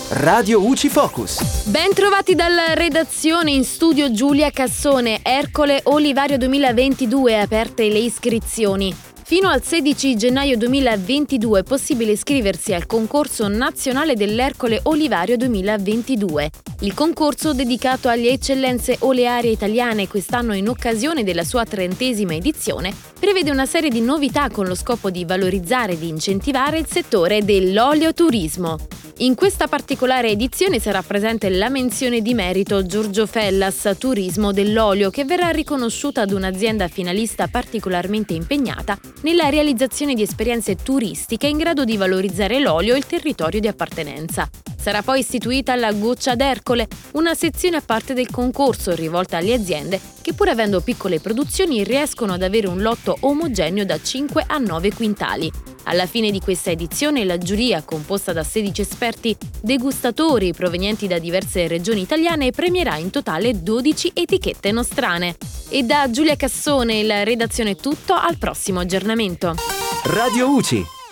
Radio UCI Focus. Ben trovati dalla redazione, in studio Giulia Cassone. Ercole Olivario 2022, aperte le iscrizioni. Fino al 16 gennaio 2022 è possibile iscriversi al concorso nazionale dell'Ercole Olivario 2022. Il concorso, dedicato alle eccellenze olearie italiane, quest'anno in occasione della sua 30ª edizione, prevede una serie di novità con lo scopo di valorizzare e di incentivare il settore dell'oleoturismo. In questa particolare edizione sarà presente la menzione di merito Giorgio Fellas Turismo dell'Olio, che verrà riconosciuta ad un'azienda finalista particolarmente impegnata nella realizzazione di esperienze turistiche in grado di valorizzare l'olio e il territorio di appartenenza. Sarà poi istituita la Goccia d'Ercole, una sezione a parte del concorso rivolta alle aziende che, pur avendo piccole produzioni, riescono ad avere un lotto omogeneo da 5 a 9 quintali. Alla fine di questa edizione la giuria, composta da 16 esperti degustatori provenienti da diverse regioni italiane, premierà in totale 12 etichette nostrane. E da Giulia Cassone, la redazione è tutto, al prossimo aggiornamento. Radio UCI.